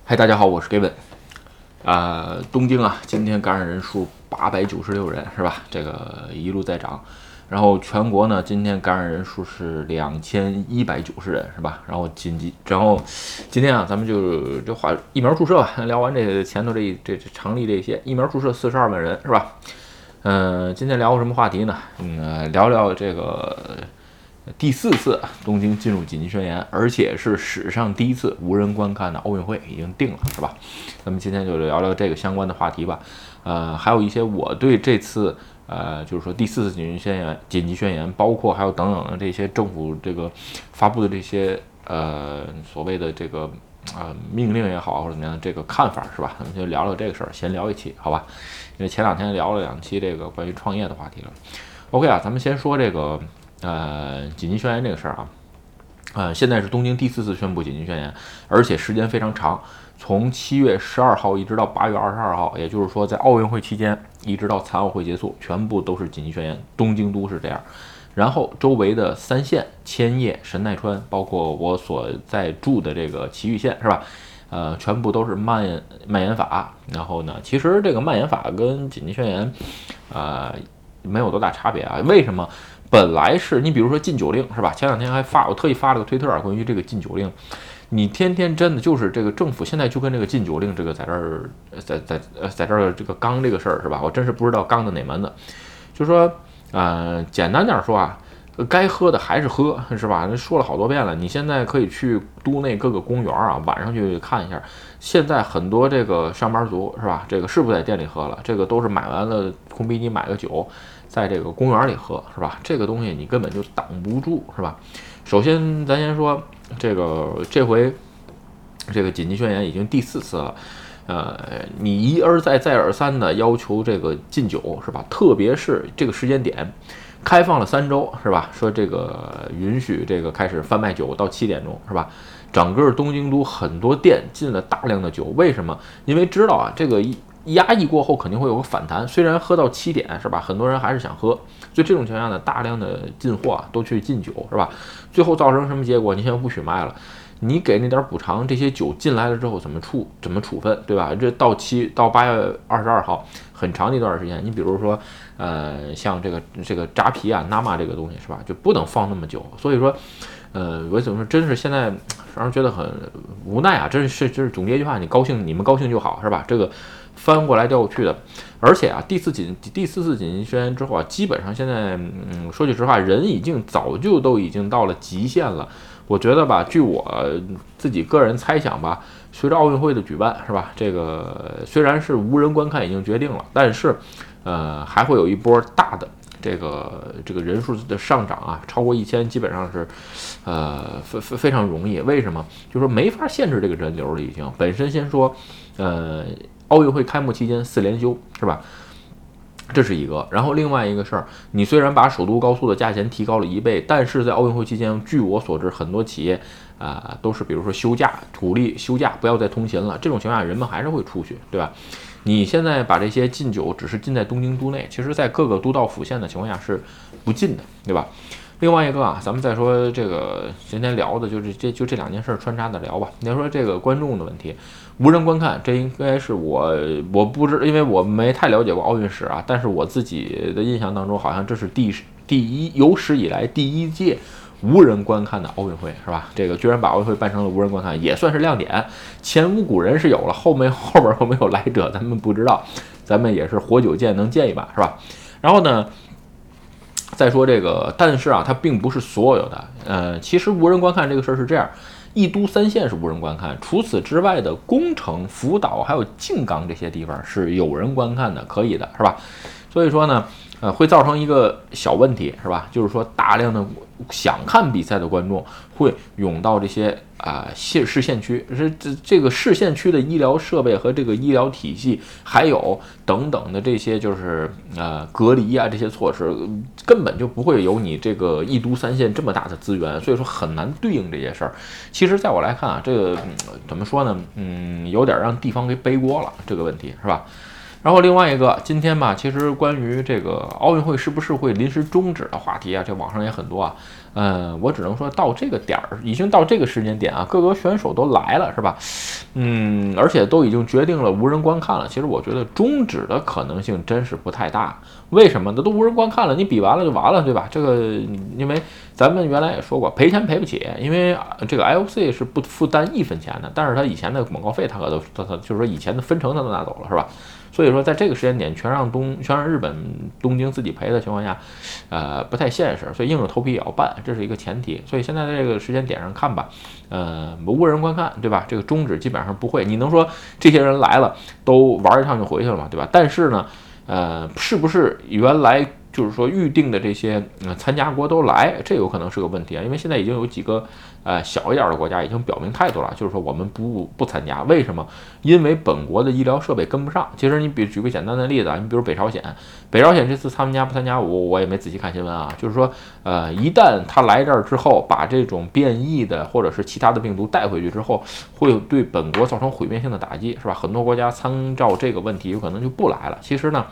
嗨，大家好，我是 Gavin。东京啊，今天感染人数896人，是吧？这个一路在涨。然后全国呢，今天感染人数是2190人，是吧？然后今天啊，咱们就这话疫苗注射吧。聊完这前头这常例这些疫苗注射42万人，是吧？今天聊什么话题呢？聊聊这个第4次东京进入紧急宣言，而且是史上第一次无人观看的奥运会已经定了，是吧？咱们今天就聊聊这个相关的话题吧。还有一些我对这次就是说第4次紧急宣言，包括还有等等的这些政府这个发布的这些所谓的这个命令也好或者怎么样这个看法，是吧？咱们就聊聊这个事儿，先聊一期，好吧？因为前2天聊了2期这个关于创业的话题了。OK 啊，咱们先说这个紧急宣言这个事儿啊。现在是东京第4次宣布紧急宣言，而且时间非常长，从7月12号一直到8月22号，也就是说在奥运会期间一直到残奥会结束，全部都是紧急宣言。东京都是这样，然后周围的3县千叶、神奈川，包括我所在住的这个埼玉县，是吧？全部都是蔓延法。然后呢，其实这个蔓延法跟紧急宣言没有多大差别啊。为什么？本来是你比如说禁酒令，是吧？前2天我特意发了个推特关于这个禁酒令，你天天真的就是这个政府现在就跟这个禁酒令这个在这儿这个刚这个事儿，是吧？我真是不知道刚的哪门子。就说简单点说啊，该喝的还是喝，是吧？说了好多遍了。你现在可以去都内各个公园啊，晚上去看一下。现在很多这个上班族，是吧？这个是不是在店里喝了？这个都是买完了空逼你买个酒，在这个公园里喝，是吧？这个东西你根本就挡不住，是吧？首先咱先说这回这个紧急宣言已经第4次了。你一而再再而三的要求这个禁酒，是吧？特别是这个时间点开放了3周，是吧？说这个允许这个开始贩卖酒到7点钟，是吧？整个东京都很多店进了大量的酒，为什么？因为知道啊，这个压抑过后肯定会有个反弹，虽然喝到7点，是吧？很多人还是想喝，所以这种情况下呢，大量的进货啊都去禁酒，是吧？最后造成什么结果？你现在不许卖了。你给那点补偿，这些酒进来了之后怎么处分，对吧？这到8月22号很长的一段时间，你比如说，像这个扎啤啊、纳玛这个东西，是吧？就不能放那么久。所以说，我怎么说，真是现在让人觉得很无奈啊！真是总结一句话，你们高兴就好，是吧？这个翻过来调过去的，而且啊，第4次紧急宣言之后啊，基本上现在，说句实话，人早就都已经到了极限了。我觉得吧，据我自己个人猜想吧，随着奥运会的举办，是吧？这个虽然是无人观看已经决定了，但是，还会有一波大的这个人数的上涨啊，超过1000，基本上是，非常容易。为什么？就是说没法限制这个人流了，已经。本身先说，奥运会开幕期间4连休，是吧？这是一个，然后另外一个事儿，你虽然把首都高速的价钱提高了1倍，但是在奥运会期间，据我所知，很多企业都是比如说鼓励休假，不要再通勤了。这种情况下，人们还是会出去，对吧？你现在把这些禁酒只是禁在东京都内，其实在各个都道府县的情况下是不禁的，对吧？另外一个啊，咱们再说这个今天聊的就是这2件事穿插的聊吧。你要说这个观众的问题，无人观看，这应该是我不知，因为我没太了解过奥运史啊，但是我自己的印象当中，好像这是有史以来第1届无人观看的奥运会，是吧？这个居然把奥运会办成了无人观看，也算是亮点。前无古人是有了，后边有没有来者，咱们不知道，咱们也是活久见，能见一把，是吧？然后呢？再说这个，但是啊，它并不是所有的。其实无人观看这个事儿是这样，一都3县是无人观看，除此之外的宫城、福岛还有静冈这些地方是有人观看的，可以的，是吧？所以说呢，会造成一个小问题，是吧？就是说大量的想看比赛的观众会涌到这些市县区，这个市县区的医疗设备和这个医疗体系，还有等等的这些就是隔离啊这些措施，根本就不会有你这个一都3县这么大的资源，所以说很难对应这些事儿。其实在我来看啊，这个怎么说呢？有点让地方给背锅了这个问题，是吧？然后另外一个，今天吧，其实关于这个奥运会是不是会临时终止的话题啊，这网上也很多啊。 我只能说到这个点儿，已经到这个时间点啊，各个选手都来了，是吧？而且都已经决定了无人观看了。其实我觉得终止的可能性真是不太大。为什么呢？都无人观看了，你比完了就完了，对吧？这个因为咱们原来也说过，赔钱赔不起，因为这个 IOC 是不负担1分钱的，但是他以前的广告费他就是说以前的分成他都拿走了，是吧？所以说，在这个时间点全让日本东京自己赔的情况下，不太现实，所以硬着头皮也要办，这是一个前提。所以现在在这个时间点上看吧，无人观看，对吧？这个终止基本上不会。你能说这些人来了都玩一趟就回去了嘛，对吧？但是呢，是不是原来就是说预定的这些参加国都来，这有可能是个问题啊，因为现在已经有几个小一点的国家已经表明态度了，就是说我们不参加。为什么？因为本国的医疗设备跟不上。其实你举个简单的例子啊，你比如北朝鲜这次参加不参加，我也没仔细看新闻啊，就是说一旦他来这儿之后，把这种变异的或者是其他的病毒带回去之后，会对本国造成毁灭性的打击，是吧？很多国家参照这个问题，有可能就不来了。其实呢，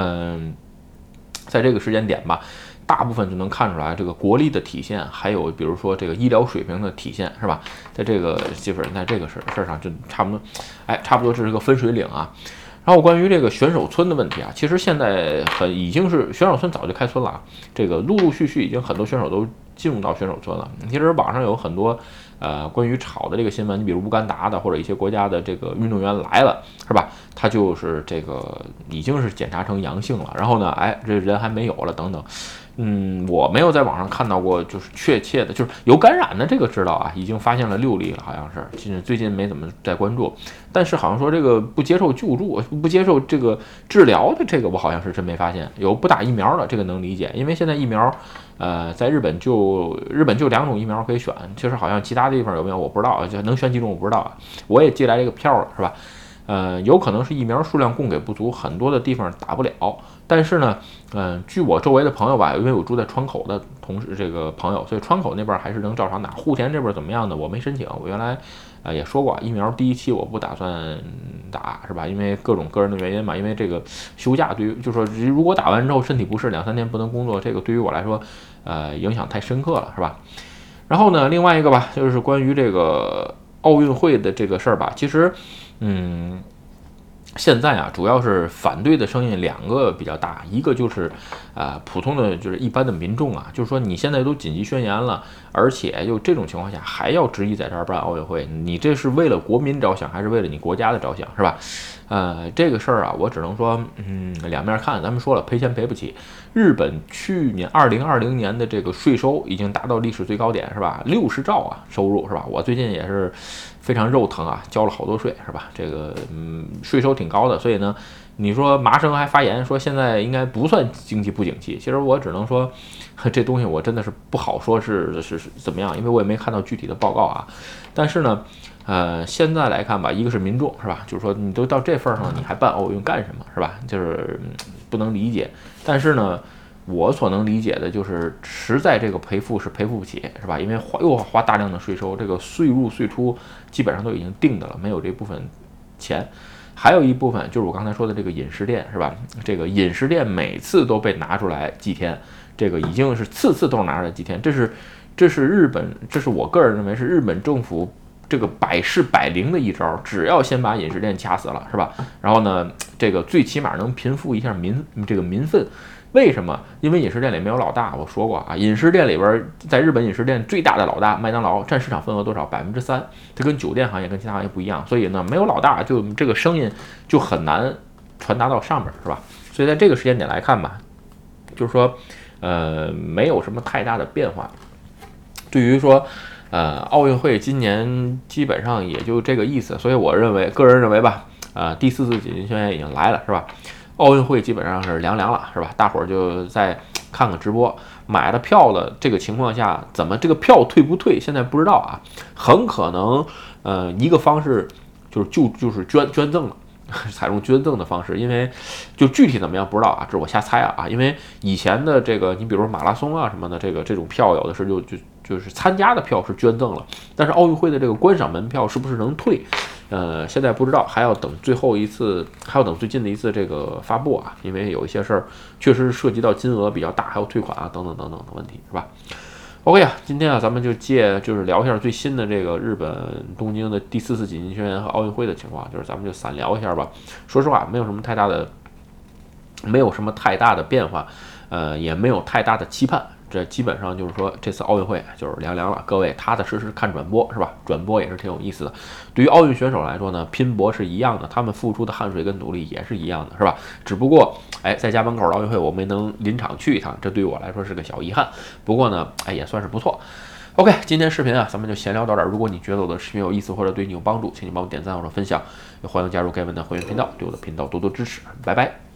在这个时间点吧，大部分就能看出来这个国力的体现，还有比如说这个医疗水平的体现，是吧？在这个基本上在这个事儿上就差不多这是个分水岭啊。然后关于这个选手村的问题啊，其实现在已经是选手村早就开村了，这个陆陆续续已经很多选手都进入到选手村了。其实网上有很多关于炒的这个新闻，你比如乌干达的或者一些国家的这个运动员来了，是吧？他就是这个已经是检查成阳性了，然后呢，这人还没有了等等。我没有在网上看到过，就是确切的，就是有感染的这个知道啊，已经发现了6例了，好像是。其实最近没怎么在关注，但是好像说这个不接受救助、不接受这个治疗的这个，我好像是真没发现。有不打疫苗的，这个能理解，因为现在疫苗，在日本就2种疫苗可以选，其实好像其他地方有没有我不知道，就能选几种我不知道啊。我也寄来这个票了，是吧？有可能是疫苗数量供给不足，很多的地方打不了。但是呢，据我周围的朋友吧，因为我住在川口的同事这个朋友，所以川口那边还是能照常打。户田这边怎么样呢？我没申请，我原来也说过，疫苗第1期我不打算打，是吧？因为各种个人的原因嘛，因为这个休假对于就说如果打完之后身体不适2-3天不能工作，这个对于我来说，影响太深刻了，是吧？然后呢，另外一个吧，就是关于这个奥运会的这个事儿吧，其实，现在啊，主要是反对的声音2个比较大，一个就是普通的就是一般的民众啊，就是说你现在都紧急宣言了，而且就这种情况下还要执意在这儿办奥运会，你这是为了国民着想，还是为了你国家的着想，是吧？这个事儿啊，我只能说，两面看。咱们说了，赔钱赔不起。日本去年2020年的这个税收已经达到历史最高点，是吧？60兆啊，收入是吧？我最近也是非常肉疼啊，交了好多税，是吧？这个税收挺高的，所以呢，你说麻生还发言说现在应该不算经济不景气，其实我只能说，这东西我真的是不好说是怎么样，因为我也没看到具体的报告啊。但是呢。现在来看吧，一个是民众，是吧？就是说你都到这份上了，你还办奥运干什么，是吧？就是不能理解。但是呢，我所能理解的就是，实在这个赔付是赔付不起，是吧？因为又要花大量的税收，这个税入税出基本上都已经定的了，没有这部分钱。还有一部分就是我刚才说的这个饮食店，是吧？这个饮食店每次都被拿出来祭天，这个已经是次都是拿出来祭天。这是日本，这是我个人认为是日本政府。这个百试百灵的一招，只要先把饮食店掐死了，是吧？然后呢，这个最起码能平复一下民愤。为什么？因为饮食店里没有老大。我说过啊，饮食店里边，在日本饮食店最大的老大麦当劳占市场份额多少？3%。它跟酒店行业跟其他行业不一样，所以呢，没有老大，就这个声音就很难传达到上面，是吧？所以在这个时间点来看吧，就是说，没有什么太大的变化。对于说。奥运会今年基本上也就这个意思，所以我个人认为吧，第4次紧急宣言已经来了，是吧？奥运会基本上是凉了，是吧？大伙儿就再看看直播，买了票的这个情况下，怎么这个票退不退，现在不知道啊，很可能，一个方式就是捐赠了。采用捐赠的方式，因为就具体怎么样不知道啊，这是我瞎猜啊，因为以前的这个，你比如说马拉松啊什么的，这种票有的是就是参加的票是捐赠了，但是奥运会的这个观赏门票是不是能退？现在不知道，还要等最近的一次这个发布啊，因为有一些事儿确实涉及到金额比较大，还有退款啊等等的问题，是吧 OK 啊，今天啊，咱们就是聊一下最新的这个日本东京的第4次锦旗宣言和奥运会的情况，就是咱们就散聊一下吧。说实话，没有什么太大的变化，也没有太大的期盼。这基本上就是说，这次奥运会就是凉凉了。各位踏踏实实看转播是吧？转播也是挺有意思的。对于奥运选手来说呢，拼搏是一样的，他们付出的汗水跟努力也是一样的，是吧？只不过，在家门口的奥运会我没能临场去一趟，这对于我来说是个小遗憾。不过呢，也算是不错。OK，今天视频啊，咱们就闲聊到这儿。如果你觉得我的视频有意思或者对你有帮助，请你帮我点赞或者分享，也欢迎加入盖文的会员频道，对我的频道多多支持。拜拜。